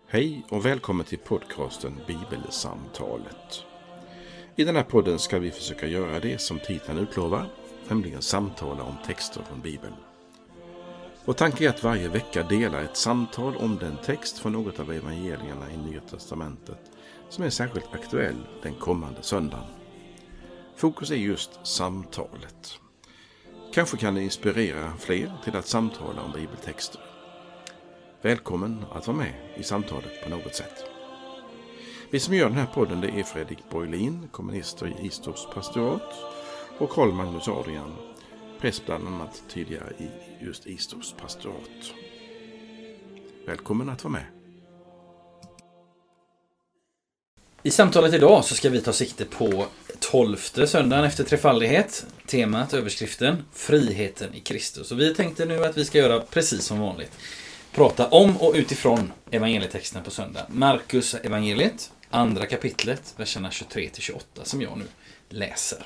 Hej och välkommen till podcasten Bibelsamtalet. I den här podden ska vi försöka göra det som titeln utlovar, nämligen samtala om texter från Bibeln. Och tanken är att varje vecka dela ett samtal om den text från något av evangelierna i Nya testamentet som är särskilt aktuell den kommande söndagen. Fokus är just samtalet. Kanske kan det inspirera fler till att samtala om bibeltexter. Välkommen att vara med i samtalet på något sätt. Vi som gör den här podden, det är Fredrik Borglin, komminister i Istorps pastorat, och Carl Magnus Adrian, präst bland annat tidigare i just Istorps pastorat. Välkommen att vara med. I samtalet idag så ska vi ta sikte på 12:e söndagen efter trefaldighet. Temat, överskriften, friheten i Kristus. Och vi tänkte nu att vi ska göra precis som vanligt. Prata om och utifrån evangelietexten på söndag. Markus evangeliet, andra kapitlet, verserna 23-28 som jag nu läser.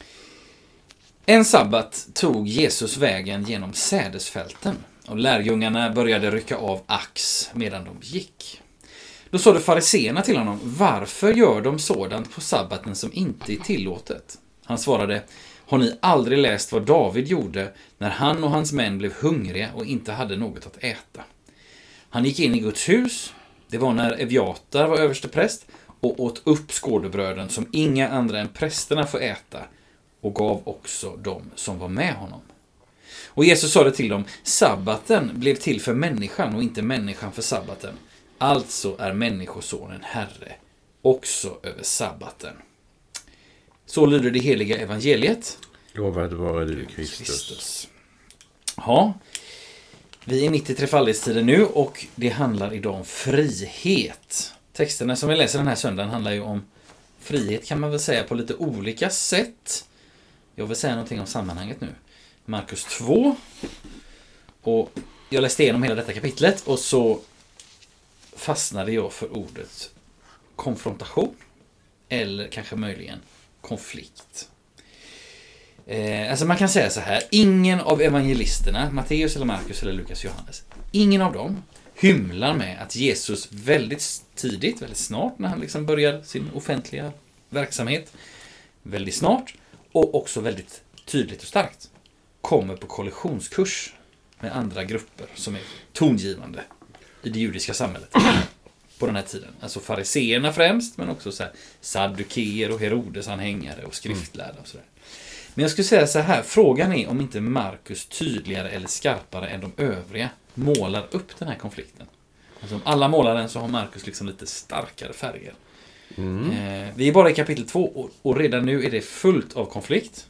En sabbat tog Jesus vägen genom sädesfälten och lärjungarna började rycka av ax medan de gick. Då sa de fariseerna till honom: varför gör de sådant på sabbaten som inte är tillåtet? Han svarade: har ni aldrig läst vad David gjorde när han och hans män blev hungriga och inte hade något att äta? Han gick in i Guds hus, det var när Eviatar var överstepräst, och åt upp skådebröden som inga andra än prästerna får äta, och gav också dem som var med honom. Och Jesus sa det till dem: sabbaten blev till för människan och inte människan för sabbaten. Alltså är människosonen Herre också över sabbaten. Så lyder det heliga evangeliet. Lovad vare du, Kristus. Ja, vi är mitt i trefaldighetstiden nu och det handlar idag om frihet. Texterna som vi läser den här söndagen handlar ju om frihet, kan man väl säga, på lite olika sätt. Jag vill säga någonting om sammanhanget nu. Markus 2. Och jag läste igenom hela detta kapitlet och så fastnade jag för ordet konfrontation. Eller kanske möjligen konflikt. Alltså man kan säga så här: ingen av evangelisterna, Matteus eller Markus eller Lukas, Johannes, ingen av dem hymlar med att Jesus väldigt tidigt, väldigt snart när han liksom börjar sin offentliga verksamhet, väldigt snart och också väldigt tydligt och starkt kommer på kollisionskurs med andra grupper som är tongivande i det judiska samhället på den här tiden. Alltså fariseerna främst, men också så här saddukeer och Herodes-anhängare och skriftlärda och sådär. Men jag skulle säga så här: frågan är om inte Markus tydligare eller skarpare än de övriga målar upp den här konflikten. Alltså om alla målar den så har Markus liksom lite starkare färger. Vi är bara i kapitel 2 och redan nu är det fullt av konflikt.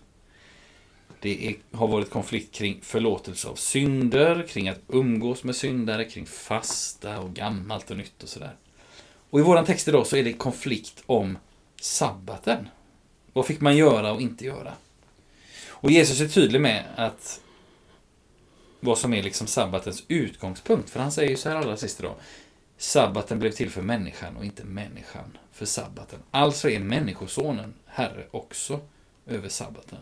Har varit konflikt kring förlåtelse av synder, kring att umgås med syndare, kring fasta och gammalt och nytt och sådär. Och i våran text idag så är det konflikt om sabbaten. Vad fick man göra och inte göra? Och Jesus är tydlig med att vad som är liksom sabbatens utgångspunkt. För han säger ju så här allra sist idag: sabbaten blev till för människan och inte människan för sabbaten. Alltså är människosonen Herre också över sabbaten.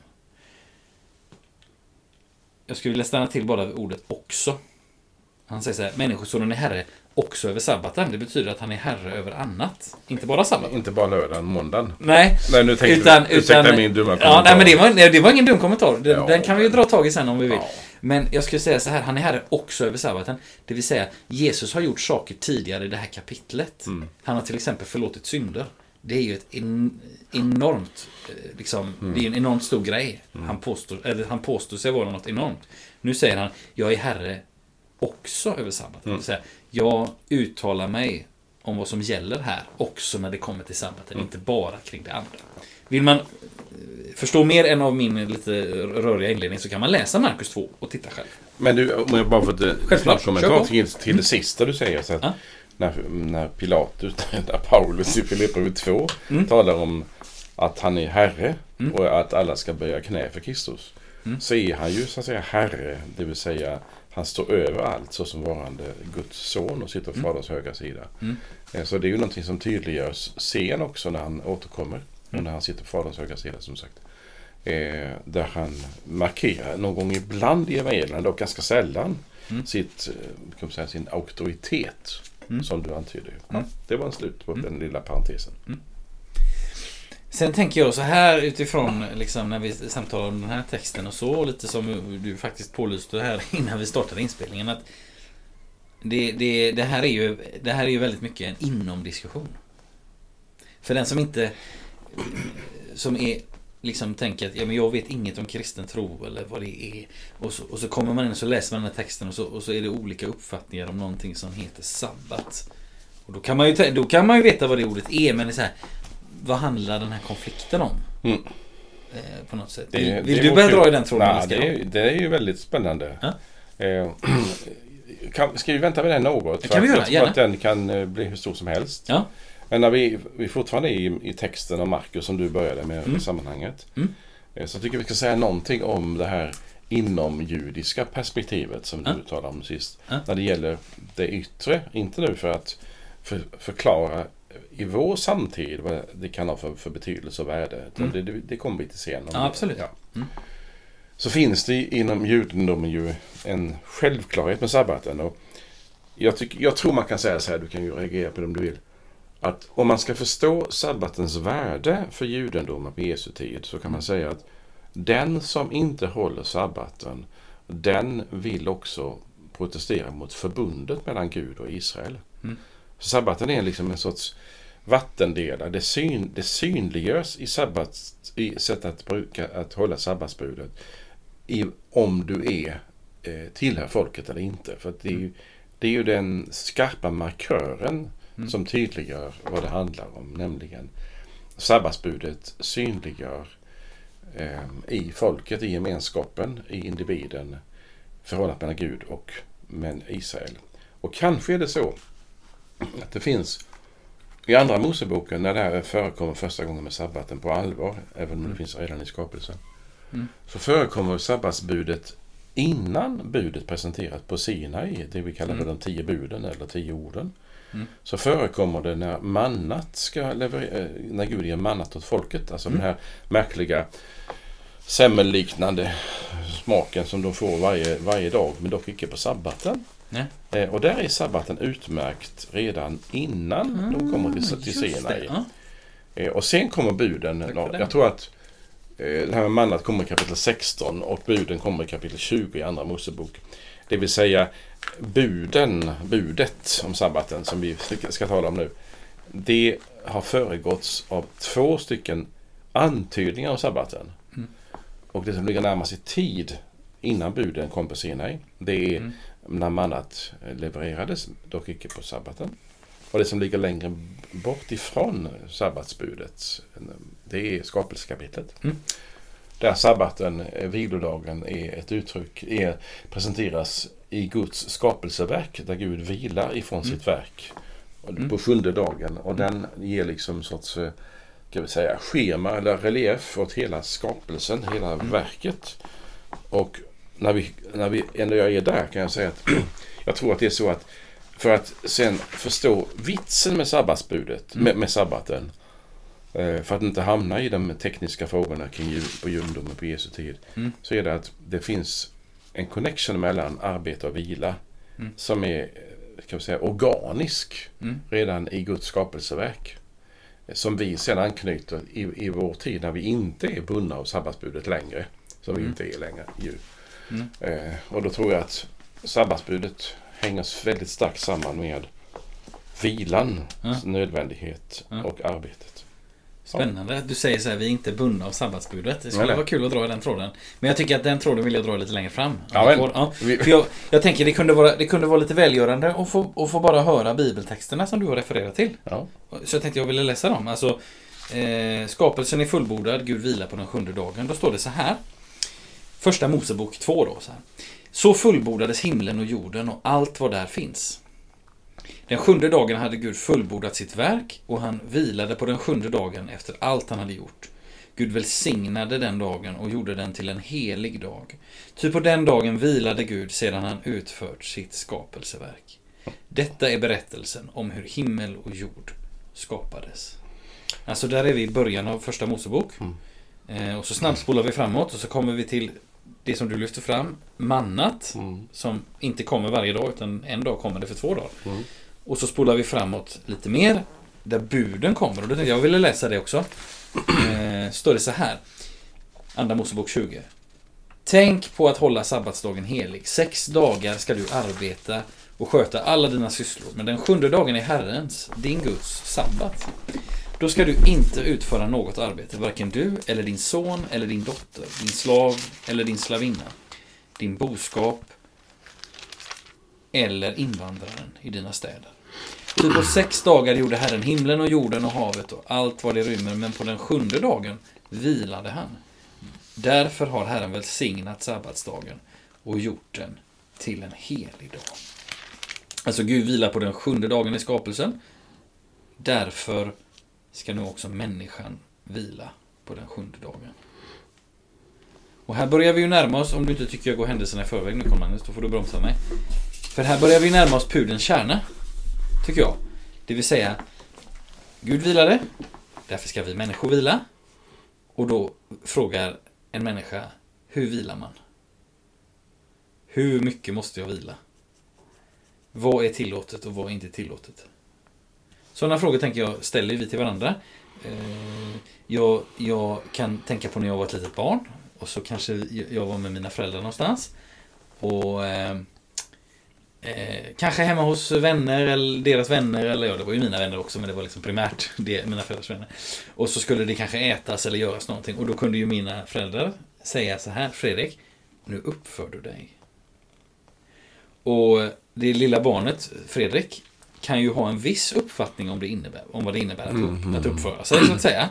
Jag skulle vilja stanna till bara vid ordet också. Han säger så här: människosonen är Herre också över sabbaten. Det betyder att han är Herre över annat. Inte bara sabbaten. Inte bara lördagen, måndagen. Nej, nu tänkte utan min dumma kommentar. Ja, nej, men det var ingen dum kommentar. Den kan vi ju dra tag i sen om vi vill. Ja. Men jag skulle säga så här: han är Herre också över sabbaten. Det vill säga, Jesus har gjort saker tidigare i det här kapitlet. Han har till exempel förlåtit synder. Det är ju ett enormt det är en enormt stor grej. Han påstår sig vara något enormt. Nu säger han: jag är Herre också över sabbaten. Det vill säga, jag uttalar mig om vad som gäller här också när det kommer till sabbaten, inte bara kring det andra. Vill man förstå mer än av min lite röriga inledning så kan man läsa Markus 2 och titta själv. Men du, om jag bara får ett snabbt kommentar till det sista du säger, så att när Pilatus, när Paulus i Filipperbrevet 2 talar om att han är Herre och att alla ska böja knä för Kristus, så är han ju så att säga Herre, det vill säga han står över allt så som varande Guds son och sitter på faderns högra sida. Så det är ju någonting som tydliggörs sen också när han återkommer och när han sitter på faderns högra sida, som sagt. Där han markerar någon gång ibland i evangelierna, dock ganska sällan, sin auktoritet som du antyder. Ja, det var en slut på den lilla parentesen. Sen tänker jag så här utifrån liksom, när vi samtalar om den här texten och så, lite som du faktiskt pålyste här innan vi startade inspelningen, att det här är ju väldigt mycket en inomdiskussion. För den som inte som är liksom tänker att men jag vet inget om kristen tro eller vad det är, och så kommer man in och så läser man den här texten och så är det olika uppfattningar om någonting som heter sabbat. Och då kan man ju veta vad det ordet är, men det är så här, vad handlar den här konflikten om? På något sätt. Vill du börja dra i den tråden? Det är ju väldigt spännande. Ska vi vänta med den något? Det kan vi göra, för att den kan bli hur stor som helst. Ja. Men när vi fortfarande är i texten om Markus som du började med sammanhanget, så tycker vi ska säga någonting om det här inomjudiska perspektivet som du talade om sist. När det gäller det yttre, inte nu för att förklara i vår samtid vad det kan ha för betydelse och värde. Det kommer vi till senare. Ja, absolut. Ja. Så finns det inom judendomen ju en självklarhet med sabbaten. Och jag tror man kan säga så här, du kan ju reagera på det om du vill. Att om man ska förstå sabbatens värde för judendomen på Jesu tid, så kan man säga att den som inte håller sabbaten, den vill också protestera mot förbundet mellan Gud och Israel. Så sabbaten är liksom en sorts vattendelare. Det synliggörs i sättet att hålla sabbatsbudet om du tillhör folket eller inte. För att det är ju den skarpa markören som tydliggör vad det handlar om, nämligen sabbatsbudet synliggör i folket, i gemenskapen, i individen, förhållandet mellan Gud och Israel. Och kanske är det så att det finns i andra Moseboken, när det här förekommer första gången med sabbaten på allvar, även om det finns redan i skapelsen, så förekommer sabbatsbudet innan budet presenteras på Sinai, det vi kallar för de 10 buden eller 10 orden. Så förekommer det när mannat när Gud ger mannat åt folket, alltså den här märkliga semmelliknande smaken som de får varje dag, men dock inte på sabbaten. Och där är sabbaten utmärkt redan innan de kommer till Sinai. Och sen kommer buden. Jag tror att det här med mannat kommer i kapitel 16 och buden kommer i kapitel 20 i andra Mosebok. Det vill säga budet om sabbaten som vi ska tala om nu, det har föregåtts av 2 stycken antydningar om sabbaten. Och det som ligger närmast i tid innan buden kom på Sinai, det är när mannat levererades, dock inte på sabbaten. Och det som ligger längre bort ifrån sabbatsbudet, det är skapelsekapitlet. Där sabbaten, vilodagen, är ett uttryck, presenteras i Guds skapelseverk, där Gud vilar ifrån sitt verk på 7:e dagen. Och den ger liksom sorts, kan vi säga, schema eller relief åt hela skapelsen, hela verket. Och när vi ändå är där, kan jag säga att jag tror att det är så att för att sen förstå vitsen med sabbatsbudet, med sabbaten, för att inte hamna i de tekniska frågorna kring på judendomen på Jesu tid, så är det att det finns en connection mellan arbete och vila som är, kan vi säga, organisk redan i Guds skapelseverk, som vi sen anknyter i vår tid när vi inte är bundna av sabbatsbudet längre, som vi inte är längre ju. Och då tror jag att sabbatsbudet hänger väldigt starkt samman med vilans nödvändighet och arbetet. Spännande att du säger så här, vi är inte bundna av sabbatsbudet. Det skulle vara kul att dra i den tråden. Men jag tycker att den tråden vill jag dra lite längre fram. För jag tänker det kunde vara lite välgörande att få bara höra bibeltexterna som du har refererat till. Så jag tänkte jag ville läsa dem. Alltså, skapelsen är fullbordad, Gud vilar på den 7:e dagen. Då står det så här. Första Mosebok 2 då. Så fullbordades himlen och jorden och allt vad där finns. Den 7:e dagen hade Gud fullbordat sitt verk och han vilade på den 7:e dagen efter allt han hade gjort. Gud välsignade den dagen och gjorde den till en helig dag. Ty på den dagen vilade Gud sedan han utfört sitt skapelseverk. Detta är berättelsen om hur himmel och jord skapades. Alltså där är vi i början av första Mosebok. Och så snabbt spolar vi framåt och så kommer vi till det som du lyfter fram, mannat, som inte kommer varje dag utan en dag kommer det för 2 dagar. Och så spolar vi framåt lite mer där buden kommer. Och då tänkte jag ville läsa det också. Står det så här. Andra Mosebok 20. Tänk på att hålla sabbatsdagen helig. 6 dagar ska du arbeta och sköta alla dina sysslor. Men den 7:e dagen är Herrens, din Guds sabbat. Då ska du inte utföra något arbete, varken du eller din son eller din dotter, din slav eller din slavinna, din boskap eller invandraren i dina städer. Ty på 6 dagar gjorde Herren himlen och jorden och havet och allt vad det rymmer, men på den 7:e dagen vilade han. Därför har Herren välsignat sabbatsdagen och gjort den till en helig dag. Alltså Gud vilar på den 7:e dagen i skapelsen. Därför ska nu också människan vila på den 7:e dagen. Och här börjar vi ju närma oss, om du inte tycker jag går händelserna i förväg nu, Magnus, då får du bromsa mig. För här börjar vi närma oss pudelns kärna, tycker jag. Det vill säga, Gud vilade, därför ska vi människor vila. Och då frågar en människa, hur vilar man? Hur mycket måste jag vila? Vad är tillåtet och vad är inte tillåtet? Sådana frågor tänker jag ställer vi till varandra. Jag kan tänka på när jag var ett litet barn. Och så kanske jag var med mina föräldrar någonstans. Och kanske hemma hos vänner eller deras vänner. Eller ja, det var ju mina vänner också, men det var liksom primärt mina föräldrars vänner. Och så skulle det kanske ätas eller göras någonting. Och då kunde ju mina föräldrar säga så här: Fredrik, nu uppför du dig. Och det lilla barnet, Fredrik, kan ju ha en viss uppfattning om vad det innebär att uppföra sig, så att säga.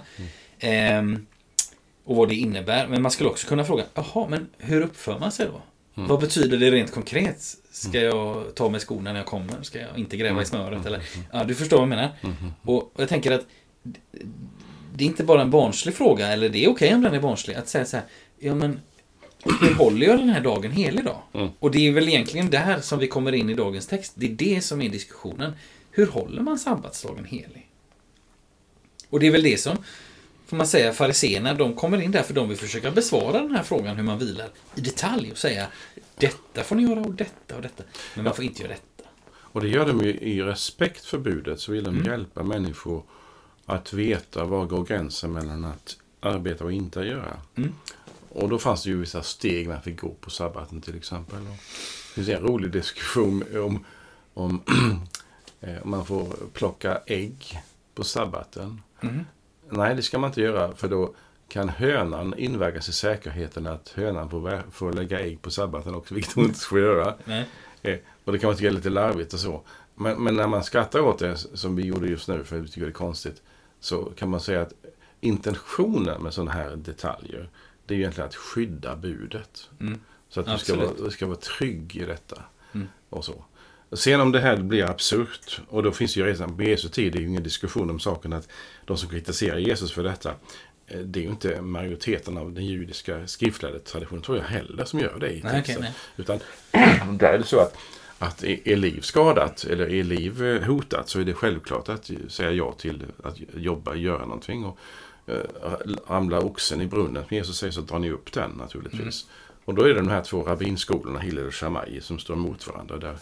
Och vad det innebär. Men man skulle också kunna fråga, jaha, men hur uppför man sig då? Vad betyder det rent konkret? Ska jag ta med skorna när jag kommer? Ska jag inte gräva i smöret? Eller? Ja, du förstår vad jag menar. Och jag tänker att det är inte bara en barnslig fråga, eller det är okej om den är barnslig, att säga så här, ja men hur håller jag den här dagen helig då? Och det är väl egentligen där som vi kommer in i dagens text. Det är det som är diskussionen. Hur håller man sabbatsdagen helig? Och det är väl det som, får man säga, fariseerna, de kommer in där för de vill försöka besvara den här frågan hur man vilar i detalj och säga, detta får ni göra och detta och detta. Men man får inte göra detta. Och det gör de ju i respekt för budet, så vill de hjälpa människor att veta var går gränsen mellan att arbeta och inte göra. Och då fanns det ju vissa steg man fick gå på sabbaten till exempel. Och det finns en rolig diskussion om man får plocka ägg på sabbaten. Nej, det ska man inte göra, för då kan hönan invägas i säkerheten att hönan får lägga ägg på sabbaten också, vilket hon inte får göra. Och det kan man tycka är lite larvigt och så. Men när man skrattar åt det, som vi gjorde just nu, för vi tycker det är konstigt, så kan man säga att intentionen med sådana här detaljer, det är egentligen att skydda budet. Så att du ska vara trygg i detta. Och så. Sen om det här blir absurt, och då finns ju redan på Jesu tid, det är ju ingen diskussion om saken att de som kritiserar Jesus för detta, det är ju inte majoriteten av den judiska skriftlärda traditionen, tror jag heller, som gör det i texten. Utan där är det så att är liv skadat eller är liv hotat, så är det självklart att säga ja till att jobba, göra någonting. Och ramlar oxen i brunnen, som Jesus säger, så drar ni upp den naturligtvis. Och då är det de här 2 rabbinskolorna, Hillel och Shammai, som står mot varandra.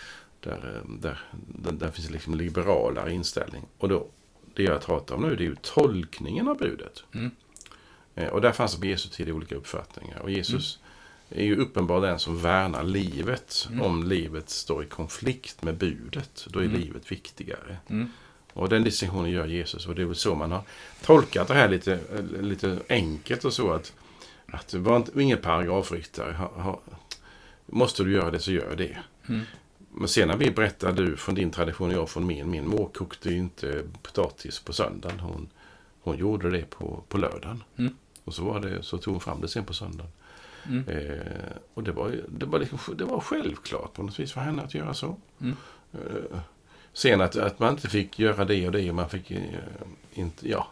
Där finns liksom liberalare inställning. Och då, det jag pratar om nu, det är ju tolkningen av budet. Och där fanns det på Jesu tid olika uppfattningar. Och Jesus är ju uppenbar den som värnar livet. Om livet står i konflikt med budet, då är livet viktigare. Och den distinktionen gör Jesus. Och det är väl så man har tolkat det här lite enkelt och så, att det var ingen paragrafryttare. Måste du göra det, så gör det. Men sen när vi berättar, du från din tradition och jag från min mor kokte ju inte potatis på söndagen. Hon gjorde det på lördagen. Och så tog hon fram det sen på söndagen. Och det var självklart på något vis för henne att göra så. Sen att man inte fick göra det och det, och man fick inte, ja,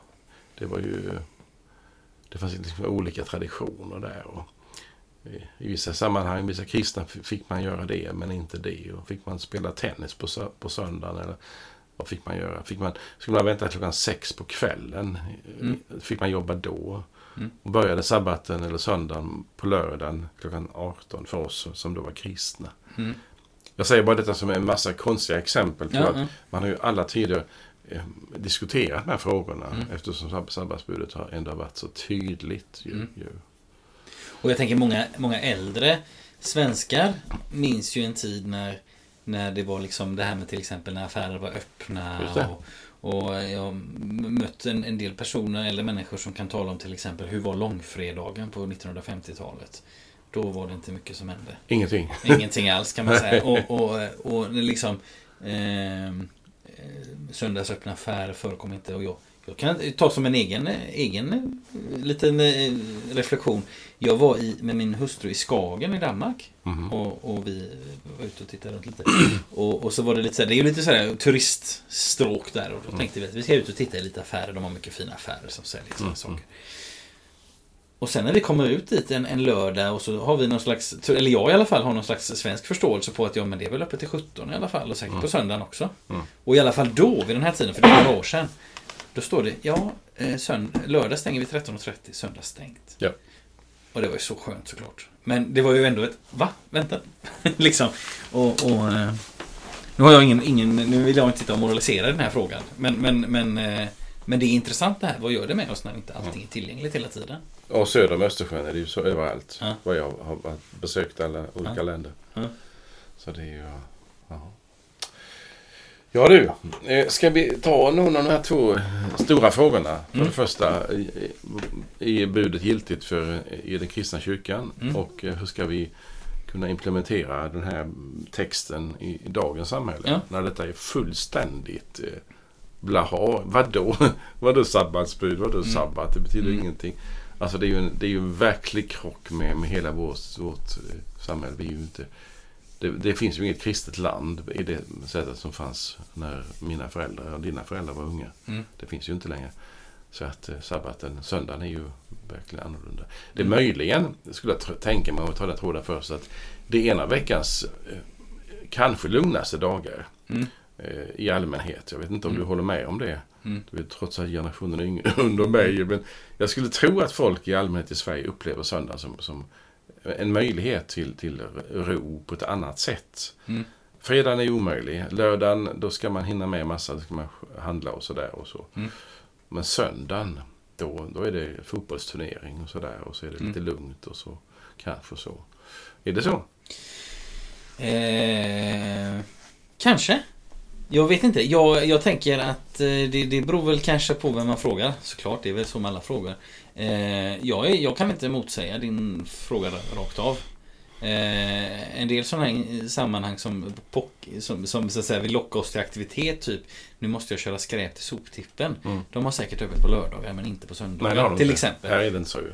det fanns liksom olika traditioner där, och i vissa sammanhang, vissa kristna fick man göra det, men inte det. Och fick man spela tennis på söndagen, eller vad fick man göra? Skulle man vänta klockan 6 på kvällen? Fick man jobba då? Och började sabbaten eller söndagen på lördagen klockan 18 för oss som då var kristna. Jag säger bara detta som en massa konstiga exempel på att man har ju alla tider diskuterat de här frågorna eftersom sabbatsbudet har ändå varit så tydligt ju. Och jag tänker många äldre svenskar minns ju en tid när det var liksom det här med till exempel när affärer var öppna och jag mött en del personer eller människor som kan tala om till exempel hur var långfredagen på 1950-talet. Då var det inte mycket som hände. Ingenting alls kan man säga. Och liksom söndagsöppna affärer förekom inte. Och jag kan ta som en egen liten reflektion. Jag var med min hustru i Skagen i Danmark. Och vi var ute och tittade runt lite. Och så var det lite så här, det är ju lite så här turiststråk där. Och då tänkte vi att vi ska ut och titta i lite affärer. De har mycket fina affärer som säljer sådana saker. Och sen när vi kommer ut dit en lördag och så har vi någon slags, eller jag i alla fall har någon slags svensk förståelse på att men det är väl öppet till 17 i alla fall och säkert på söndagen också. Och i alla fall då, vid den här tiden, för det var några år sedan, då står det, lördag stänger vi 13.30, söndag stängt. Ja. Och det var ju så skönt såklart. Men det var ju ändå ett, vänta, liksom. Och nu har jag nu vill jag inte sitta och moralisera i den här frågan. Men det är intressant det här. Vad gör det med oss när inte allting är tillgängligt hela tiden? Och söder om Östersjön är det ju så överallt. Vad jag har besökt alla olika länder. Så det är ju... Ja du, ska vi ta någon av de här två stora frågorna? För det första, är budet giltigt i den kristna kyrkan? Och hur ska vi kunna implementera den här texten i dagens samhälle? När detta är fullständigt... blaha, vadå sabbatsbud, vadå sabbat, det betyder ingenting. Alltså det är ju en verklig krock med hela vårt samhälle. Vi är ju inte, det finns ju inget kristet land i det sättet som fanns när mina föräldrar och dina föräldrar var unga. Det finns ju inte längre. Så att söndagen är ju verkligen annorlunda. Det är möjligen, skulle jag tänka mig, om vi tar den tråden först, att det är ena veckans kanske lugnaste dagar. I allmänhet. Jag vet inte om du håller med om det. Du är trots att generationen är yngre under mig. Men jag skulle tro att folk i allmänhet i Sverige upplever söndag som en möjlighet till ro på ett annat sätt. Fredagen är omöjlig. Lördagen, då ska man hinna med massa, då ska man handla och sådär och så. Men söndagen, då är det fotbollsturnering och sådär. Och så är det lite lugnt och så. Kanske så. Är det så? Kanske. Jag vet inte. Jag tänker att det beror väl kanske på vem man frågar. Såklart, det är väl så med alla frågor. Jag kan inte motsäga din fråga rakt av. En del sådana här sammanhang som så att säga vill locka oss till aktivitet, typ nu måste jag köra skräp till soptippen. De har säkert öppet på lördagar men inte på söndagar. Nej, till exempel. Här är den så.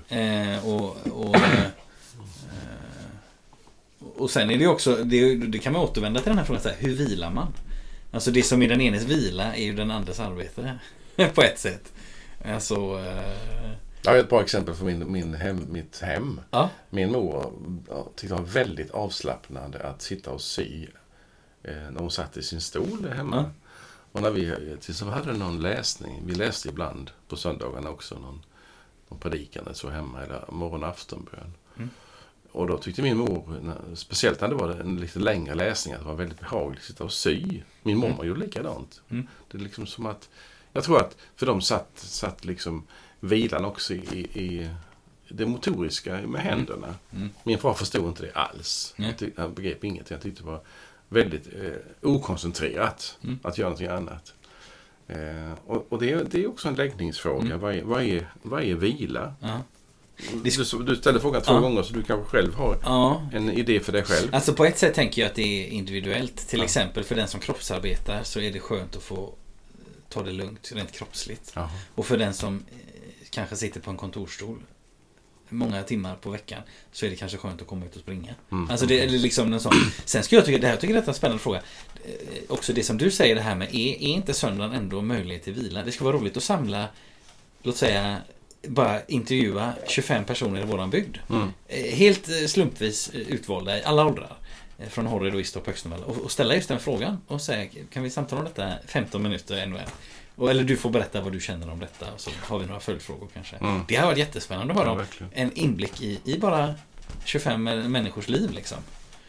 Och sen är det också, det kan man återvända till den här frågan, så här, hur vilar man? Alltså det som är den enes vila är ju den andres arbete på ett sätt. Alltså, jag har ett par exempel från mitt hem. Ja. Min mor tyckte det var väldigt avslappnande att sitta och sy när hon satt i sin stol där hemma. Ja. Och när vi hade någon läsning, vi läste ibland på söndagarna också någon predikande så hemma eller morgon- och aftonbön. Och då tyckte min mor, speciellt när det var en lite längre läsning, att det var väldigt behagligt att sitta och sy. Min mamma gjorde likadant. Det är liksom som att, jag tror att för dem satt liksom vilan också i det motoriska med händerna. Min far förstod inte det alls. Han begrep inget. Jag tyckte det var väldigt okoncentrerat att göra någonting annat. Och det är också en läggningsfråga. Vad är vila? Ja. Du ställer frågan 2 gånger så du kanske själv har en idé för dig själv. Alltså på ett sätt tänker jag att det är individuellt. Till exempel för den som kroppsarbetar så är det skönt att få ta det lugnt, rent kroppsligt. Och för den som kanske sitter på en kontorstol många timmar på veckan så är det kanske skönt att komma ut och springa. Alltså det är liksom en sån. Sen ska jag tycka detta är en spännande fråga. Också det som du säger, det här med är inte söndagen ändå möjlighet till vila? Det ska vara roligt att samla, låt säga, bara intervjua 25 personer i våran bygd. Helt slumpvis utvalda i alla åldrar. Från Horred och Istorp, Höxnevall. Och ställa just den frågan och säga, kan vi samtala om detta 15 minuter ännu? Eller du får berätta vad du känner om detta. Och så har vi några följdfrågor kanske. Det har varit jättespännande att höra en inblick i bara 25 människors liv liksom.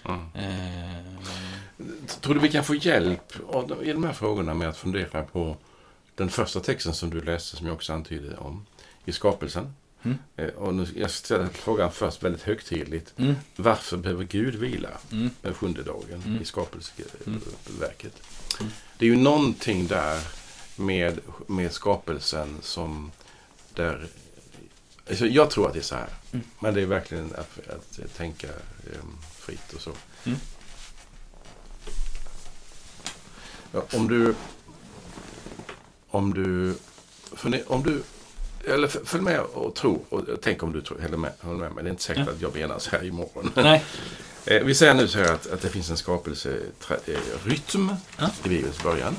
Tror du vi kan få hjälp i de här frågorna med att fundera på den första texten som du läste, som jag också antydde om, i skapelsen? Och nu, jag ställer frågan först väldigt högtidligt. Varför behöver Gud vila den 7:e dagen i skapelseverket? Det är ju någonting där med skapelsen som där... Alltså jag tror att det är så här. Men det är verkligen att tänka fritt och så. Ja, om du eller följ med och tro, och tänk om du håller med, men det är inte säkert att jag menar så här imorgon. Nej. Vi säger nu så här att det finns en skapelserytm i Bibelns början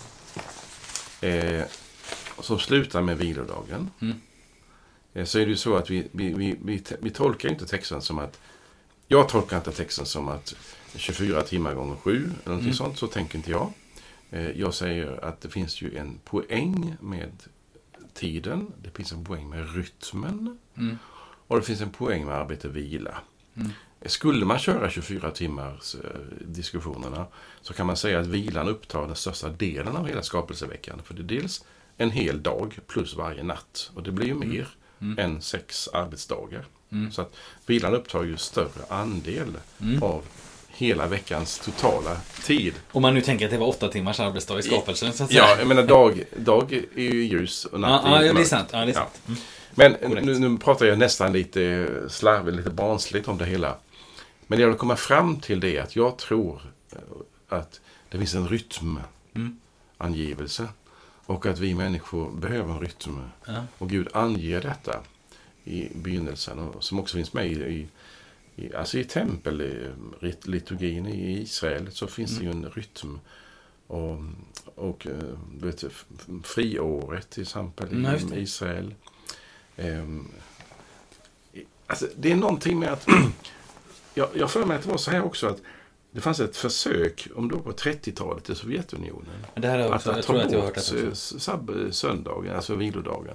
som slutar med vilodagen. Så är det ju så att vi tolkar inte texten som att, jag tolkar inte texten som att 24 timmar gånger 7 eller någonting sånt, så tänker inte jag. Jag säger att det finns ju en poäng med tiden, det finns en poäng med rytmen och det finns en poäng med arbete och vila. Skulle man köra 24 timmars diskussionerna så kan man säga att vilan upptar den största delen av hela skapelseveckan, för det är dels en hel dag plus varje natt, och det blir ju mer än 6 arbetsdagar. Så att vilan upptar ju större andel av hela veckans totala tid. Om man nu tänker att det var 8 timmars arbetsdag i skapelsen, så att säga. Ja, jag menar dag är ju ljus och natt är ja, det är sant. Ja, det är sant. Men nu pratar jag nästan lite slarvigt, lite barnsligt om det hela. Men jag vill komma fram till det att jag tror att det finns en rytmangivelse och att vi människor behöver en rytm. Och Gud anger detta i begynnelsen, och som också finns med i tempelliturgin i Israel, så finns det ju en rytm. Och du vet, friåret till exempel i Israel. Alltså, det är någonting med att jag för mig att det var så här också, att det fanns ett försök om då på 30-talet i Sovjetunionen det här också, att ta bort söndagen, alltså vilodagen.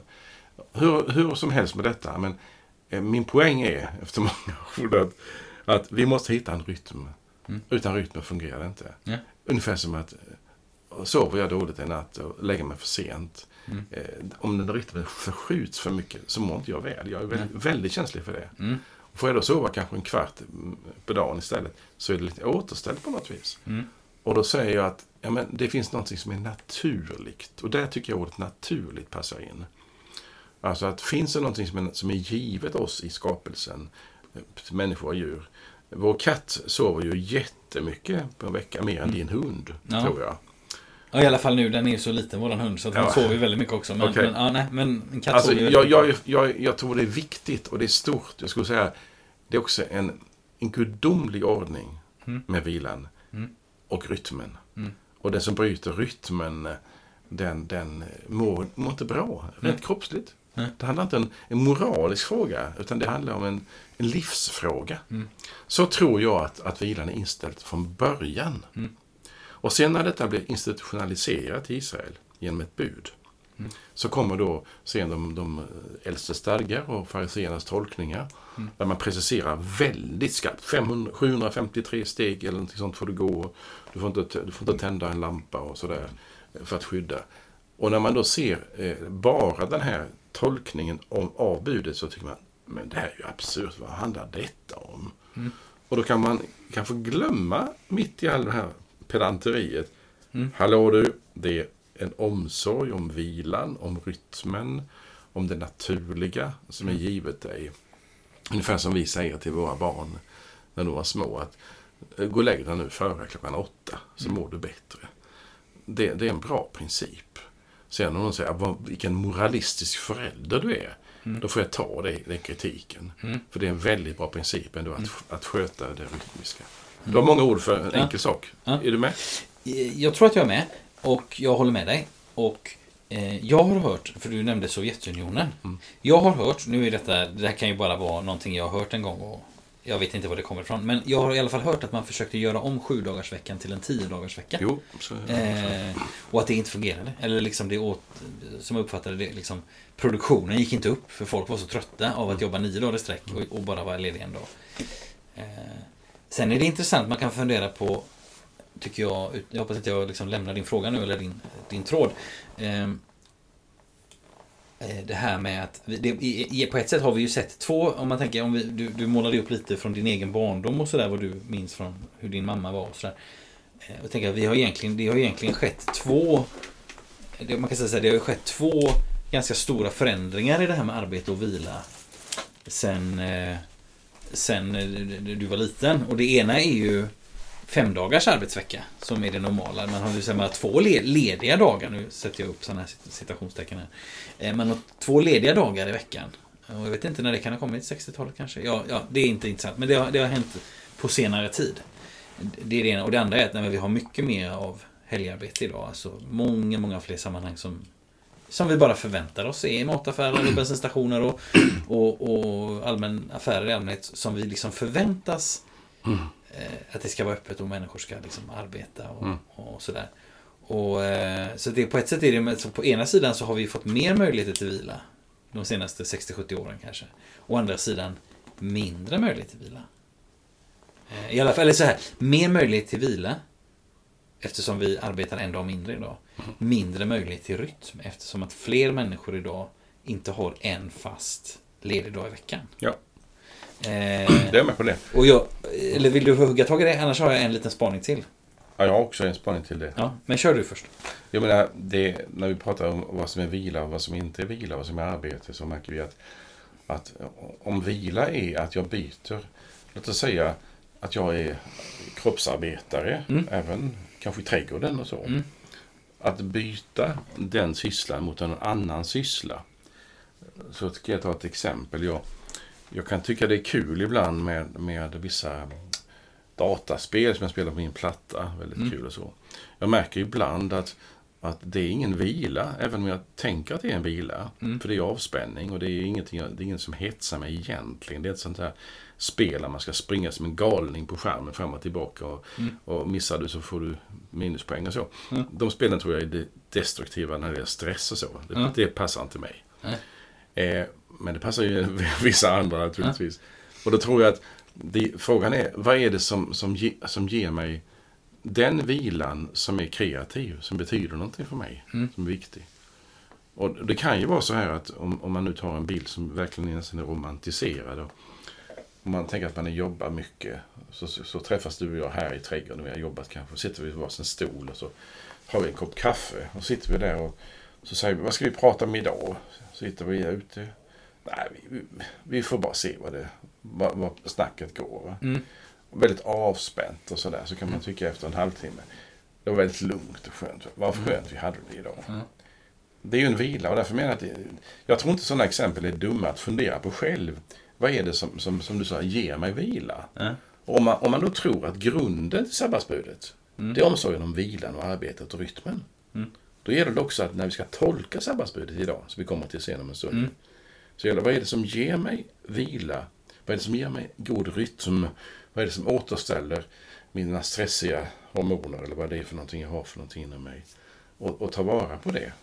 Hur som helst med detta, men min poäng är efter många år att vi måste hitta en rytm. Utan rytm fungerar det inte. Ungefär som att sover jag dåligt en natt och lägger mig för sent. Om den rytmen förskjuts för mycket så mår inte jag väl. Jag är väldigt känslig för det. Får jag då sova kanske en kvart på dagen istället, så är det lite återställt på något vis. Och då säger jag att det finns något som är naturligt. Och där tycker jag ordet naturligt passar in. Alltså att finns det någonting som är givet oss i skapelsen, människor och djur. Vår katt sover ju jättemycket på en vecka, mer än din hund, tror jag. Ja, i alla fall nu, den är så liten, våran hund, så att hon sover väldigt mycket också. Men, okay. men en katt alltså, sover jag tror det är viktigt och det är stort. Jag skulle säga, det är också en gudomlig ordning med vilan och rytmen. Och den som bryter rytmen, den mår inte bra, rent kroppsligt. Det handlar inte om en moralisk fråga, utan det handlar om en livsfråga. Så tror jag att vilan är inställt från början. Och sen när detta blir institutionaliserat i Israel genom ett bud, så kommer då sen de äldste stadgar och fariseernas tolkningar, där man preciserar väldigt skarpt. 753 steg eller något sånt får du gå. Du får inte tända en lampa och sådär för att skydda. Och när man då ser bara den här tolkningen av budet, så tycker man, men det här är ju absurt, vad handlar detta om? Och då kan man kanske glömma mitt i all det här pedanteriet. Hallå du, det är en omsorg om vilan, om rytmen, om det naturliga som är givet dig. Ungefär som vi säger till våra barn när de var små, att gå och lägg dig nu före 8:00 så mår du bättre. Det är en bra princip. Sen om någon säger, vilken moralistisk förälder du är, då får jag ta den kritiken. För det är en väldigt bra princip ändå att sköta det rytmiska. Du har många ord för en enkel sak. Är du med? Jag tror att jag är med, och jag håller med dig. Och jag har hört, för du nämnde Sovjetunionen. Jag har hört, nu är det här kan ju bara vara någonting jag har hört en gång, och jag vet inte var det kommer ifrån. Men jag har i alla fall hört att man försökte göra om 7-dagarsveckan till en 10-dagarsvecka. Jo, och att det inte fungerade. Eller liksom som jag uppfattade det, liksom, produktionen gick inte upp, för folk var så trötta av att jobba 9 dagar i sträck och bara vara ledig en dag. Sen är det intressant, man kan fundera på, tycker jag hoppas att jag liksom lämnar din fråga nu, eller din tråd. Det här med att på ett sätt har vi ju sett två, om man tänker, du målade upp lite från din egen barndom och sådär, vad du minns från hur din mamma var och sådär. Och tänker att det har egentligen skett två, man kan säga så här, det har skett två ganska stora förändringar i det här med arbete och vila sen du var liten. Och det ena är ju 5 dagars arbetsvecka som är det normala. Man har ju så här 2 lediga dagar, nu sätter jag upp sådana här citationstecken här. Man har 2 lediga dagar i veckan. Och jag vet inte när det kan ha kommit, 60-talet kanske. Ja, det är inte intressant, men det har hänt på senare tid. Det är det ena. Och det andra är att vi har mycket mer av helgarbete idag. Alltså många fler sammanhang som vi bara förväntar oss är mataffärer och bensinstationer och allmän affärer i allmänhet, som vi liksom förväntas att det ska vara öppet och människor ska liksom arbeta och sådär. Och så det på ett sätt är det, så på ena sidan så har vi fått mer möjligheter till vila de senaste 60-70 åren kanske. Å andra sidan mindre möjlighet till vila. I alla fall, eller så här, mer möjlighet till vila eftersom vi arbetar en dag mindre idag. Mindre möjlighet till rytm eftersom att fler människor idag inte har en fast ledig dag i veckan. Ja. Det är med på det. Och eller vill du hugga tag i det? Annars har jag en liten spaning till. Ja, jag har också en spaning till det. Ja, men kör du först. Jag menar, när vi pratar om vad som är vila och vad som inte är vila, vad som är arbete, så märker vi att om vila är att jag byter, låt oss säga att jag är kroppsarbetare, även kanske i trädgården och så. Att byta den sysslan mot en annan syssla. Så ska jag ta ett exempel. Jag kan tycka det är kul ibland med vissa dataspel som jag spelar på min platta. Väldigt kul och så. Jag märker ibland att det är ingen vila, även om jag tänker att det är en vila. För det är avspänning och det är ingen som hetsar mig egentligen. Det är ett sånt här spel där man ska springa som en galning på skärmen fram och tillbaka. Och missar du så får du minuspoäng och så. De spelen tror jag är destruktiva när det är stress och så. Det passar inte mig. Men det passar ju vissa andra naturligtvis. Och då tror jag att frågan är, vad är det som ger mig den vilan som är kreativ, som betyder någonting för mig, som är viktig. Och det kan ju vara så här att om man nu tar en bild som verkligen är romantiserad och man tänker att man jobbar mycket, så träffas du och jag här i trädgården och vi har jobbat kanske, sitter vi vid varsin stol och så har vi en kopp kaffe och sitter vi där och så säger vi, vad ska vi prata om idag? Så sitter vi ute. Nej, vi får bara se vad snacket går. Va? Väldigt avspänt och sådär, så kan man tycka efter en halvtimme. Det var väldigt lugnt och skönt. Vad skönt vi hade det idag. Det är ju en vila och därför menar jag att jag tror inte sådana exempel är dumma att fundera på själv. Vad är det som du sa ger mig vila? Och om man då tror att grunden till sabbatsbudet det är omsorgen om vilan och arbetet och rytmen. Då gäller det också att när vi ska tolka sabbatsbudet idag, så vi kommer till sen om en stund, så gäller det, vad är det som ger mig vila? Vad är det som ger mig god rytm? Vad är det som återställer mina stressiga hormoner, eller vad det är för någonting jag har för någonting inom mig? Och ta vara på det.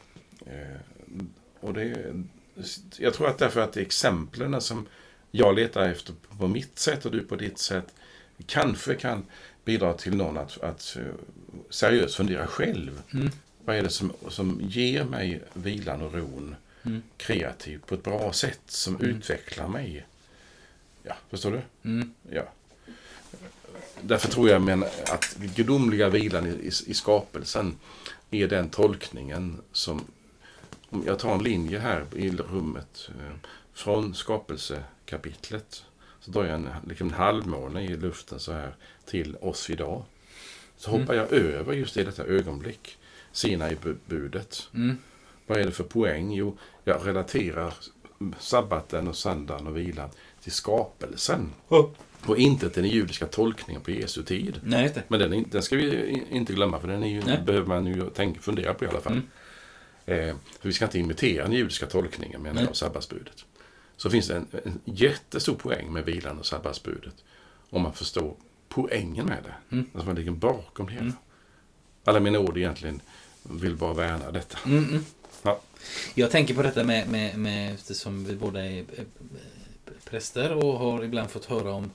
Jag tror att därför att exemplen som jag letar efter på mitt sätt och du på ditt sätt kanske kan bidra till någon att seriöst fundera själv. Vad är det som ger mig vilan och ron kreativt på ett bra sätt som utvecklar mig? Ja, förstår du? Ja. Därför tror jag att gudomliga vilan i skapelsen är den tolkningen som, om jag tar en linje här i rummet från skapelsekapitlet, så drar jag en halvmåne i luften så här till oss idag. Så hoppar jag över just i detta ögonblick Sinai-budet. Vad är det för poäng? Jo, jag relaterar sabbaten och söndagen och vilan till skapelsen. Och inte till den judiska tolkningen på Jesu tid. Nej, inte. Men den ska vi inte glömma, för den behöver man ju fundera på i alla fall. För vi ska inte imitera den judiska tolkningen med av sabbatsbudet. Så finns det en jättestor poäng med vilan och sabbatsbudet. Om man förstår poängen med det. Alltså man ligger bakom det hela. Alla mina ord egentligen vill bara värna detta. Ja. Jag tänker på detta med eftersom vi båda är präster och har ibland fått höra om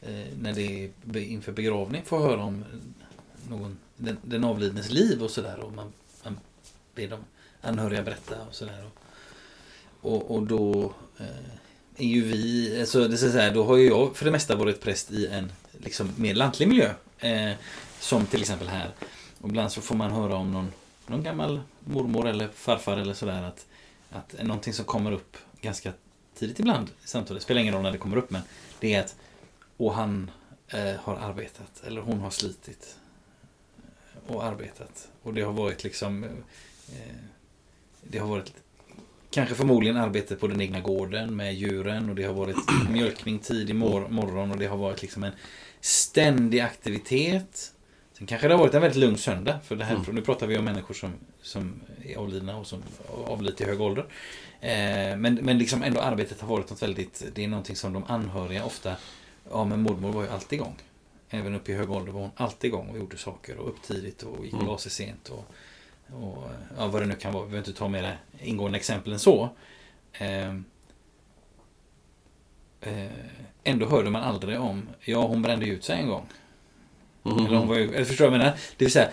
när det är inför begravning får höra om den avlidnes liv och sådär. Och man ber de anhöriga berätta och sådär. Och då är ju vi, alltså det är så här, då har ju jag för det mesta varit präst i en liksom mer lantlig miljö. Som till exempel här. Och ibland så får man höra om någon gammal mormor eller farfar eller sådär att någonting som kommer upp ganska tidigt ibland i samtalet, det spelar ingen roll när det kommer upp, men det är att han har arbetat eller hon har slitit och arbetat och det har varit liksom det har varit kanske förmodligen arbete på den egna gården med djuren och det har varit mjölkning tidig morgon och det har varit liksom en ständig aktivitet. Sen kanske det har varit en väldigt lugn söndag för det här, nu pratar vi om människor som är avlidna och som avlidit i hög ålder. Men liksom ändå arbetet har varit något väldigt, det är någonting som de anhöriga ofta, men mormor var ju alltid igång. Även upp i hög ålder var hon alltid igång och gjorde saker och upp tidigt och gick och la sig sent och vad det nu kan vara. Vi behöver inte ta mer ingående exempel än så. Ändå hörde man aldrig om, hon brände ut sig en gång. Eller hon var ju, eller förstår jag menar? Det vill säga,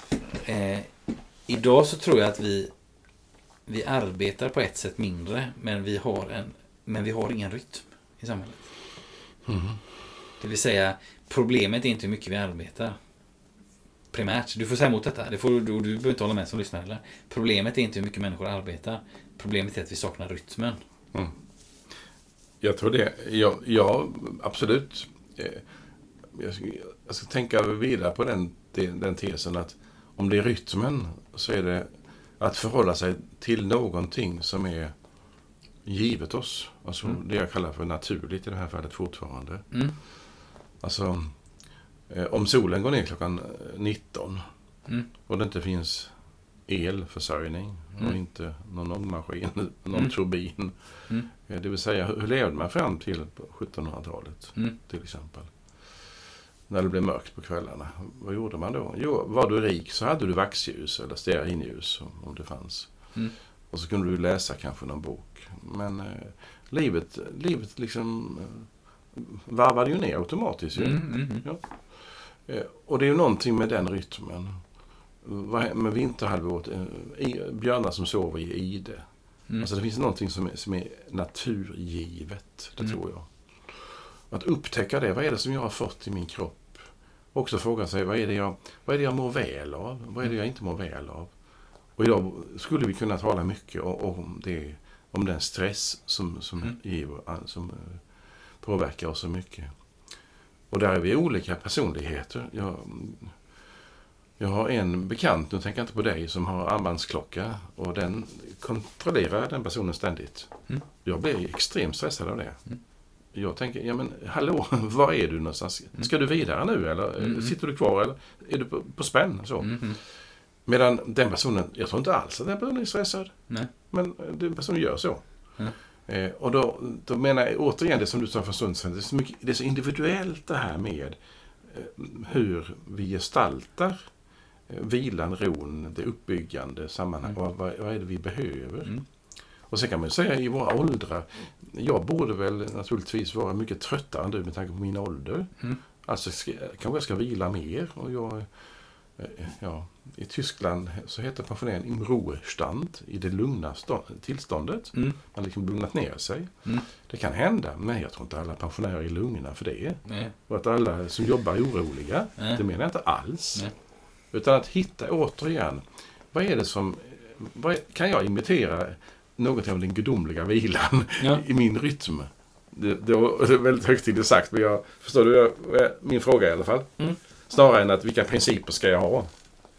idag så tror jag att vi arbetar på ett sätt mindre, men vi har ingen rytm i samhället. Det vill säga, problemet är inte hur mycket vi arbetar. Primärt, du får säga emot detta. Du behöver inte hålla med som lyssnar heller. Problemet är inte hur mycket människor arbetar. Problemet är att vi saknar rytmen. Jag tror det. Ja, absolut. Jag ska tänka vidare på den tesen att om det är rytmen så är det att förhålla sig till någonting som är givet oss. Alltså det jag kallar för naturligt i det här fallet fortfarande. Alltså om solen går ner klockan 19 och det inte finns elförsörjning och inte någon ångmaskin, någon turbin. Det vill säga, hur levde man fram till 1700-talet till exempel? När det blev mörkt på kvällarna. Vad gjorde man då? Jo, var du rik så hade du vaxljus eller stearinljus om det fanns. Och så kunde du läsa kanske någon bok. Men livet liksom varvade ju ner automatiskt. Ja. Och det är ju någonting med den rytmen. Med vinterhalvåret, björnar som sover i ide. Alltså det finns någonting som är naturgivet, det tror jag. Att upptäcka det, vad är det som jag har fått i min kropp? Också fråga sig, vad är det jag mår väl av? Vad är det jag inte mår väl av? Och idag skulle vi kunna tala mycket om den stress som påverkar oss så mycket. Och där är vi olika personligheter. Jag har en bekant, nu tänker jag inte på dig, som har armbandsklocka och den kontrollerar den personen ständigt. Jag blir extremt stressad av det. Jag tänker, men hallå, var är du någonstans? Ska du vidare nu eller sitter du kvar eller är du på spänn? Så. Medan den personen, jag tror inte alls att den personen är stressad. Nej. Men den personen gör så. Och då menar jag återigen det som du sa för stund sedan, det är så individuellt det här med hur vi gestaltar vilan, ron, det uppbyggande sammanhang. Vad är det vi behöver? Och sen kan man säga i våra åldrar, jag borde väl naturligtvis vara mycket tröttare än du med tanke på min ålder. Alltså kanske jag ska vila mer. Och i Tyskland så heter pensioneringen im Ruhestand, i det lugna tillståndet. Man liksom lugnat ner sig. Det kan hända, men jag tror inte alla pensionärer är lugna för det. Och att alla som jobbar är oroliga, det menar jag inte alls. Utan att hitta återigen, vad är det som, kan jag imitera något av den gudomliga vilan i min rytm? Det var väldigt högtidligt sagt, men jag förstår du min fråga i alla fall. Snarare än att vilka principer ska jag ha?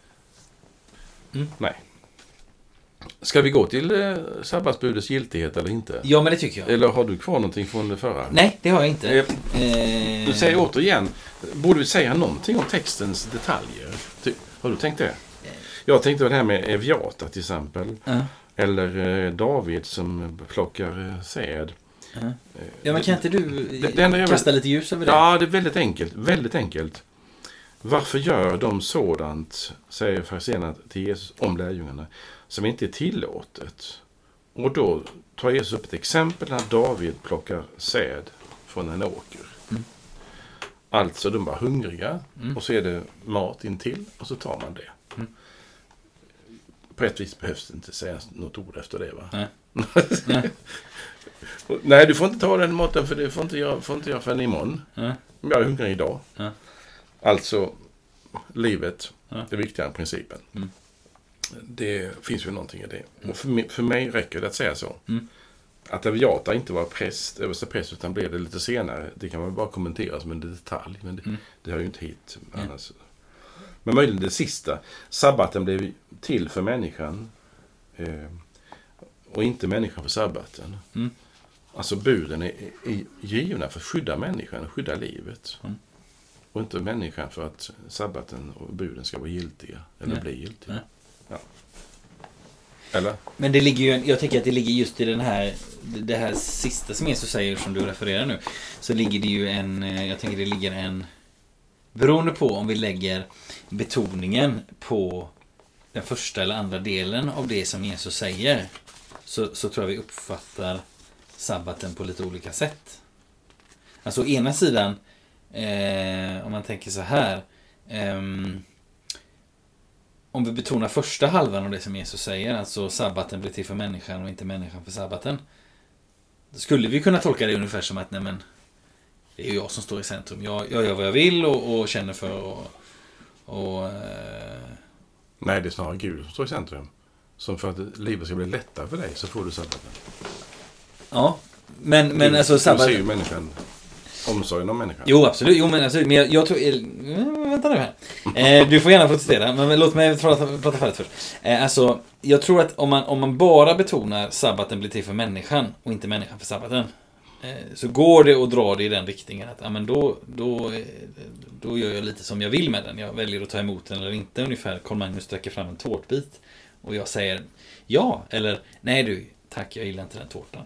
Nej. Ska vi gå till sabbatsbudets giltighet eller inte? Ja, men det tycker jag. Eller har du kvar någonting från det förra? Nej, det har jag inte. Du säger återigen, borde vi säga någonting om textens detaljer? Har du tänkt det? Jag tänkte det här med Eviata till exempel. Eller David som plockar säd. Ja, men kan inte du kasta lite ljus över det? Ja, det är väldigt enkelt. Väldigt enkelt. Varför gör de sådant, säger fariséerna till Jesus om lärjungarna, som inte är tillåtet? Och då tar Jesus upp ett exempel när David plockar säd från en åker. Alltså de var hungriga och så är det mat intill och så tar man det. På ett vis behövs det inte säga något ord efter det, va? Nej. Nej, du får inte ta den maten för det får inte jag förrän imorgon. Jag är hungrig idag. Alltså, livet är viktigare än principen. Det finns ju någonting i det. Och för mig räcker det att säga så. Att Aviatar inte var överste präst utan blev det lite senare. Det kan man bara kommentera som en detalj. Men det hör ju inte hit annars. Men möjligen det sista. Sabbaten blev till för människan. Och inte människan för sabbaten. Alltså buden är givna för att skydda människan och skydda livet. Och inte människan för att sabbaten och buden ska vara giltiga. Eller bli giltiga. Ja. Eller? Men det ligger ju, jag tänker att det ligger just i det här sista som Jesus säger som du refererar nu. Så ligger det ju jag tänker det ligger en, beroende på om vi lägger betoningen på den första eller andra delen av det som Jesus säger. Så tror jag vi uppfattar sabbaten på lite olika sätt. Alltså å ena sidan, om man tänker så här, om vi betonar första halvan av det som Jesus säger, alltså sabbaten blir till för människan och inte människan för sabbaten, då skulle vi kunna tolka det ungefär som att nej men, det är ju jag som står i centrum. Jag gör vad jag vill och känner för Nej, det är snarare Gud som står i centrum. Som för att livet ska bli lättare för dig så får du sabbaten. Ja, men alltså sabbaten... Du ser ju människan, omsorgen om människan. Jo, absolut. Jo, men jag tror... Vänta nu här. Du får gärna protestera, men låt mig prata färdigt först. Alltså, jag tror att om man bara betonar sabbaten blir till för människan och inte människan för sabbaten, så går det att dra det i den riktningen att men då gör jag lite som jag vill med den. Jag väljer att ta emot den eller inte. Ungefär Carl Magnus sträcker fram en tårtbit och jag säger ja eller nej du, tack, jag gillar inte den tårtan.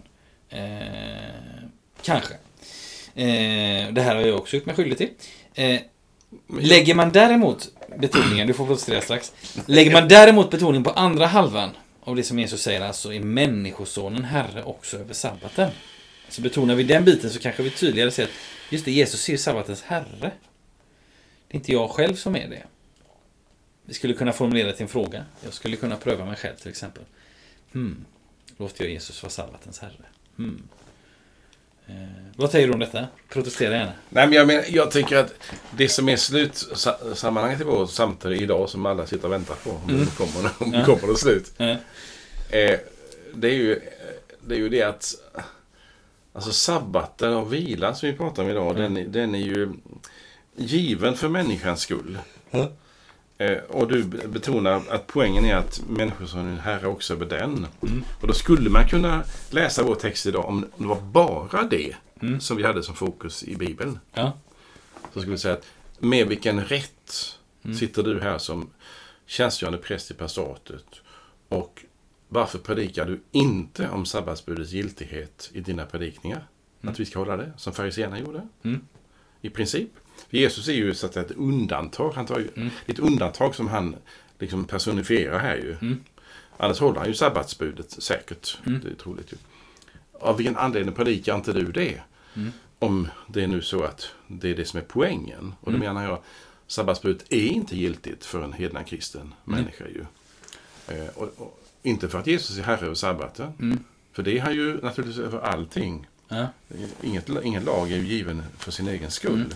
Kanske. Det här har jag också gjort mig skyldig till. Lägger man däremot betoningen, du får protestera strax. Lägger man däremot betoningen på andra halvan av det som Jesus säger, alltså är människosonen herre också över sabbaten. Så betonar vi den biten så kanske vi tydligare ser att just det, Jesus ser sabbatens herre. Det är inte jag själv som är det. Vi skulle kunna formulera till en fråga. Jag skulle kunna pröva mig själv till exempel. Låter jag Jesus vara sabbatens herre? Vad säger du om detta? Protestera gärna. Nej, men jag tycker att det som är slutsammanhanget i vår samtal idag som alla sitter och väntar på om det kommer till slut. Det är ju det att alltså sabbaten och vilan som vi pratar om idag, den är ju given för människans skull. Och du betonar att poängen är att människor som är herre också över den. Och då skulle man kunna läsa vår text idag om det var bara det som vi hade som fokus i Bibeln. Så skulle vi säga att med vilken rätt sitter du här som tjänstgörande präst i pastoratet och varför predikar du inte om sabbatsbudets giltighet i dina predikningar? Att vi ska hålla det, som fariséerna gjorde. I princip. Jesus är ju så att ett undantag. Han tar ju ett undantag som han liksom personifierar här ju. Annars håller han ju sabbatsbudet säkert. Det är troligt ju. Av vilken anledning predikar inte du det? Om det är nu så att det är det som är poängen. Och då menar jag, sabbatsbudet är inte giltigt för en hedna kristen människa ju. Och inte för att Jesus är herre över sabbaten. För det är han ju naturligtvis över allting. Ingen lag är ju given för sin egen skull.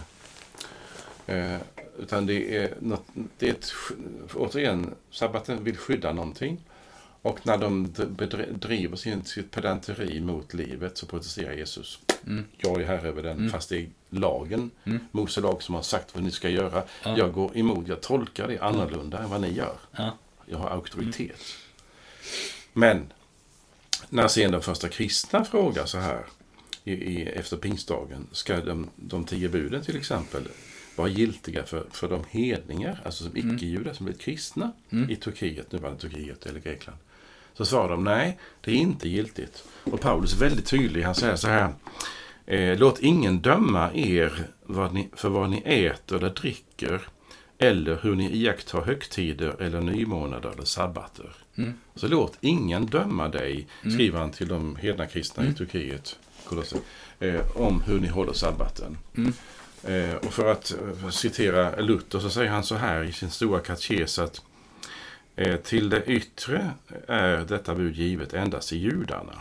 Utan det är återigen, sabbaten vill skydda någonting. Och när de driver sitt pedanteri mot livet så protesterar Jesus. Jag är här över den, fast det är lagen, Mose lag som har sagt vad ni ska göra. Jag går emot, jag tolkar det annorlunda än vad ni gör. Jag har auktoritet. Men när sen de första kristna frågar så här efter pingstdagen, ska de 10 buden till exempel vara giltiga för de hedningar, alltså som icke-judar som blivit kristna i Turkiet, nuvarande Turkiet eller Grekland. Så svarar de, nej, det är inte giltigt. Och Paulus är väldigt tydlig, han säger så här: låt ingen döma er för vad ni äter eller dricker, eller hur ni iakttar högtider eller nymånader eller sabbater. Så låt ingen döma dig, skriver han till de hedna kristna i Turkiet, om hur ni håller sabbaten. Och för att citera Luther så säger han så här i sin stora katekes att till det yttre är detta bud givet endast i judarna.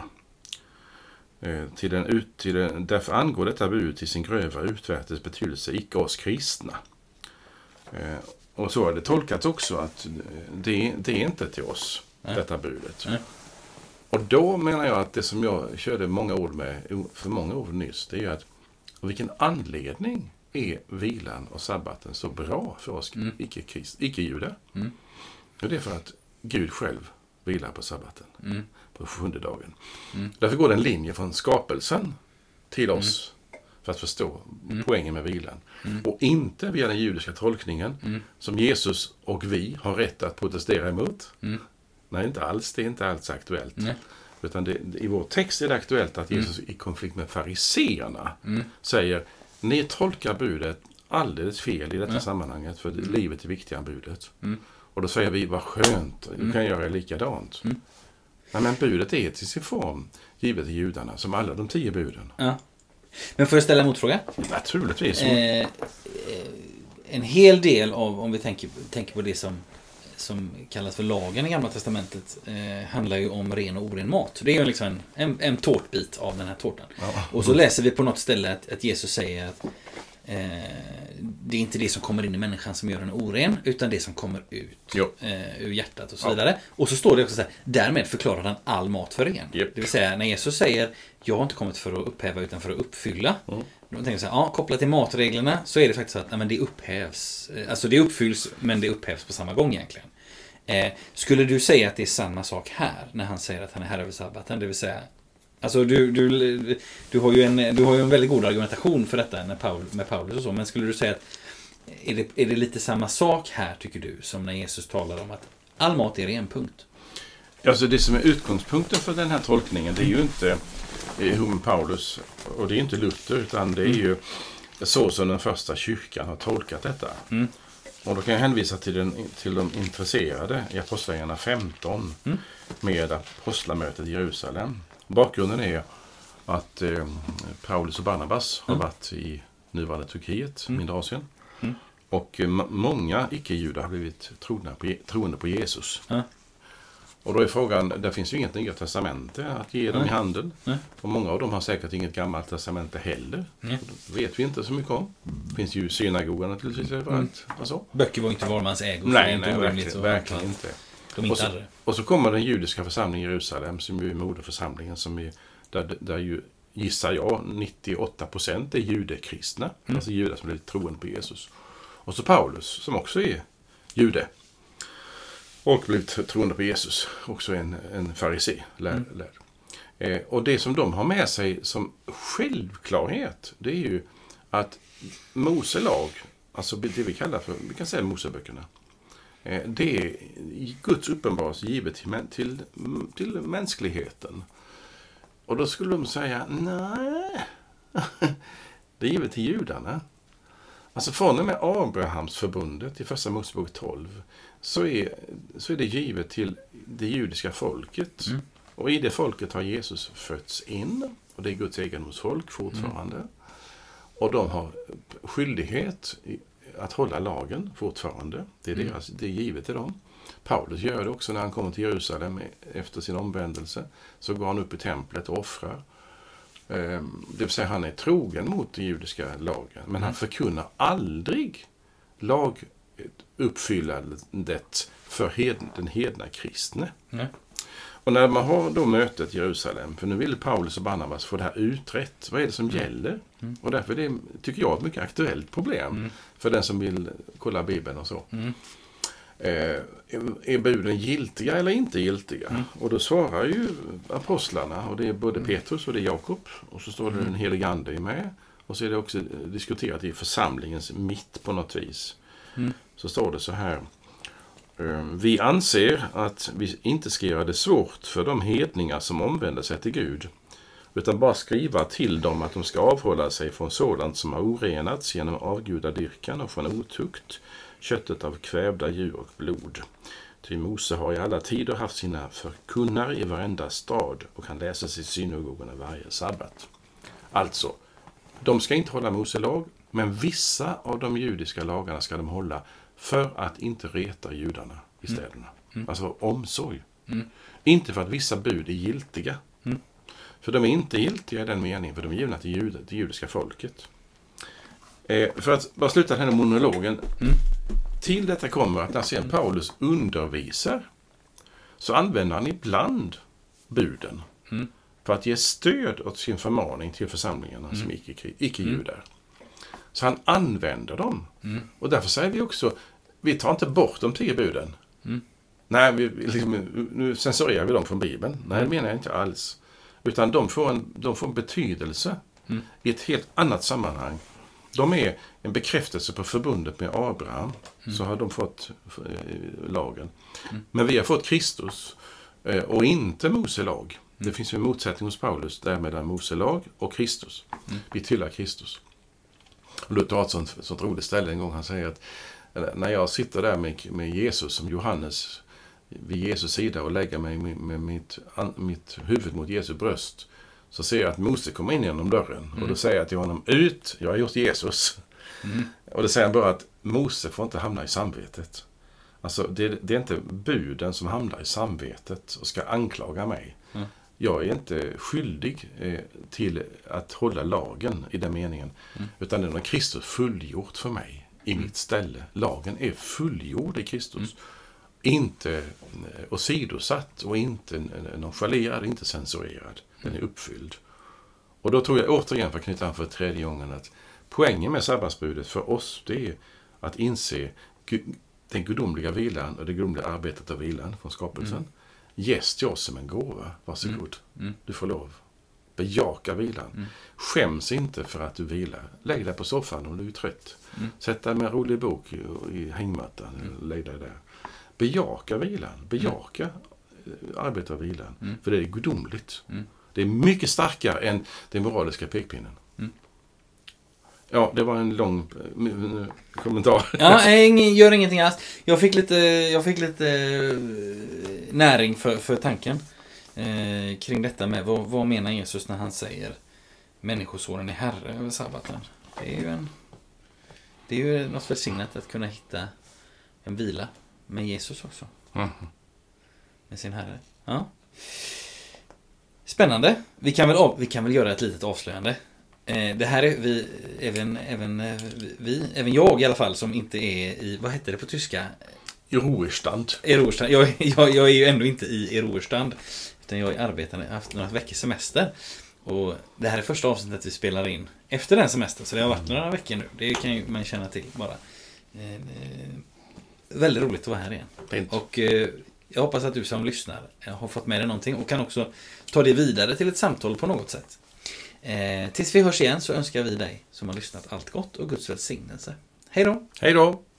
Därför angår detta bud till sin grövre utvärtes betydelse icke oss kristna. Och så är det tolkat också att det är inte till oss, detta budet. Och då menar jag att det som jag körde för många år nyss, det är ju att vilken anledning är vilan och sabbaten så bra för oss icke-judar? Och det är för att Gud själv vilar på sabbaten, på 7:e dagen. Därför går det en linje från skapelsen till oss för att förstå poängen med vilan. Och inte via den judiska tolkningen som Jesus och vi har rätt att protestera emot. Nej, inte alls. Det är inte alls aktuellt. Utan i vår text är det aktuellt att Jesus i konflikt med fariseerna säger, ni tolkar budet alldeles fel i detta sammanhanget, för livet är viktigare än budet. Och då säger vi, vad skönt, du kan göra likadant. Men budet är till sin form givet till judarna, som alla de 10 buden. Ja. Men får jag ställa en motfråga? Naturligtvis. En hel del av, om vi tänker på det som kallas för lagen i Gamla testamentet, handlar ju om ren och oren mat. Det är ju liksom en tårtbit av den här tårtan. Och så läser vi på något ställe att Jesus säger att det är inte det som kommer in i människan som gör den oren, utan det som kommer ut ur hjärtat och så vidare. Och så står det också så här, därmed förklarar han all mat för ren. Det vill säga, när Jesus säger, jag har inte kommit för att upphäva utan för att uppfylla. Då tänker jag så här, kopplat till matreglerna så är det faktiskt så att men det upphävs. Alltså det uppfylls, men det upphävs på samma gång egentligen. Skulle du säga att det är samma sak här när han säger att han är här över sabbaten? Det vill säga, alltså du har ju en väldigt god argumentation för detta med Paulus och så, men skulle du säga att är det lite samma sak här, tycker du, som när Jesus talar om att all mat är ren, punkt? Alltså det som är utgångspunkten för den här tolkningen, det är ju inte Paulus och det är inte Luther, utan det är ju så som den första kyrkan har tolkat detta. Och då kan jag hänvisa till de intresserade i Apostlagärningarna 15 med apostlamötet i Jerusalem. Bakgrunden är att Paulus och Barnabas har varit i nuvarande Turkiet, mindre Asien. Och många icke-judar har blivit troende på Jesus. Och då är frågan, där finns ju inget nya testamente att ge dem i handen. Och många av dem har säkert inget gammalt testamente heller. Det vet vi inte så mycket om. Det finns ju synagogan naturligtvis överallt. Böcker var inte var mans ägo. Nej, verkligen inte. Och så kommer den judiska församlingen i Jerusalem, som ju är moderförsamlingen, som är, där ju, gissar jag, 98% är judekristna. Alltså judar som är troende på Jesus. Och så Paulus, som också är jude. Och blivit troende på Jesus. Också en farisé, lärd. Och det som de har med sig som självklarhet, det är ju att Mose lag, alltså det vi kallar för, vi kan säga Moseböckerna, det är Guds uppenbarelse givet till mänskligheten. Och då skulle de säga, nej, det är givet till judarna. Alltså från och med Abrahams förbundet i första Mosebok 12 så är det givet till det judiska folket. Och i det folket har Jesus fötts in, och det är Guds egendomsfolk fortfarande. Och de har skyldighet att hålla lagen fortfarande. Det är givet till dem. Paulus gör det också när han kommer till Jerusalem efter sin omvändelse. Så går han upp i templet och offrar. Det vill säga, han är trogen mot den judiska lagen. Men han förkunnar aldrig laguppfyllandet för den hedna kristne. Och när man har då mötet i Jerusalem, för nu vill Paulus och Barnabas få det här utrett. Vad är det som gäller? Och därför är det, tycker jag, ett mycket aktuellt problem för den som vill kolla Bibeln och så. Är buden giltiga eller inte giltiga? Och då svarar ju apostlarna, och det är både Petrus och det är Jakob, och så står det den helige ande är med, och så är det också diskuterat i församlingens mitt på något vis. Så står det så här: vi anser att vi inte ska göra det svårt för de hedningar som omvänder sig till Gud, utan bara skriva till dem att de ska avhålla sig från sådant som har orenats genom avgudadyrkan och från otukt, köttet av kvävda djur och blod. Ty Mose har i alla tider haft sina förkunnare i varenda stad, och han läser sig synagogorna varje sabbat. Alltså, de ska inte hålla Mose lag, Men vissa av de judiska lagarna ska de hålla för att inte reta judarna i städerna. Alltså omsorg. Inte för att vissa bud är giltiga. För de är inte giltiga i den meningen, för de är givna till det judiska folket. För att bara sluta den här monologen. Till detta kommer att när sen Paulus undervisar så använder han ibland buden för att ge stöd åt sin förmaning till församlingarna som icke-judar. Så han använder dem. Och därför säger vi också, vi tar inte bort de 10 buden. Nej, nu censurerar vi dem från Bibeln. Nej, det menar jag inte alls. Utan de får en betydelse i ett helt annat sammanhang. De är en bekräftelse på förbundet med Abraham. Så har de fått lagen. Men vi har fått Kristus och inte Mose lag. Det finns en motsättning hos Paulus där mellan Mose lag och Kristus. Vi tillhör Kristus. Luther har ett sånt roligt ställe en gång. Han säger att när jag sitter där med Jesus som Johannes vid Jesus sida och lägger mig med mitt huvud mot Jesu bröst, så ser jag att Mose kommer in genom dörren. Och då säger jag till honom, ut, jag har gjort Jesus. Och då säger han bara att Mose får inte hamna i samvetet. Alltså det är inte buden som hamnar i samvetet och ska anklaga mig. Jag är inte skyldig till att hålla lagen i den meningen. Utan den har Kristus fullgjort för mig i mitt ställe. Lagen är fullgjord i Kristus. Inte åsidosatt och inte nonchalerad, inte censurerad. Den är uppfylld. Och då tror jag återigen, för att knyta an för 3:e gången, att poängen med sabbatsbudet för oss, det är att inse den gudomliga vilan och det gudomliga arbetet av vilan från skapelsen. Ges till oss som en gåva. Varsågod. Du får lov. Bejaka vilan. Skäms inte för att du vilar. Lägg dig på soffan om du är trött. Sätt dig med en rolig bok i hängmattan. Lägg dig där. Bejaka vilan. Bejaka arbetet av vilan. För det är gudomligt. Det är mycket starkare än den moraliska pekpinnen. Ja, det var en lång kommentar. Ja, gör ingenting alls. Jag fick lite näring för tanken kring detta med vad menar Jesus när han säger människosonen är herre över sabbaten. Det är ju något välsignat att kunna hitta en vila med Jesus också. Med sin herre. Ja. Spännande. Vi kan väl göra ett litet avslöjande. Det här är även jag i alla fall som inte är i, vad heter det på tyska? I Ruhestand. Jag är ju ändå inte i Ruhestand, utan jag är arbetande, haft några veckors semester. Och det här är första avsnittet vi spelar in efter den semestern, så det har varit några veckor nu. Det kan ju man känna till bara. Väldigt roligt att vara här igen. Fint. Och jag hoppas att du som lyssnar har fått med dig någonting och kan också ta det vidare till ett samtal på något sätt. Tills vi hörs igen så önskar vi dig som har lyssnat allt gott och Guds välsignelse. Hej då! Hej då!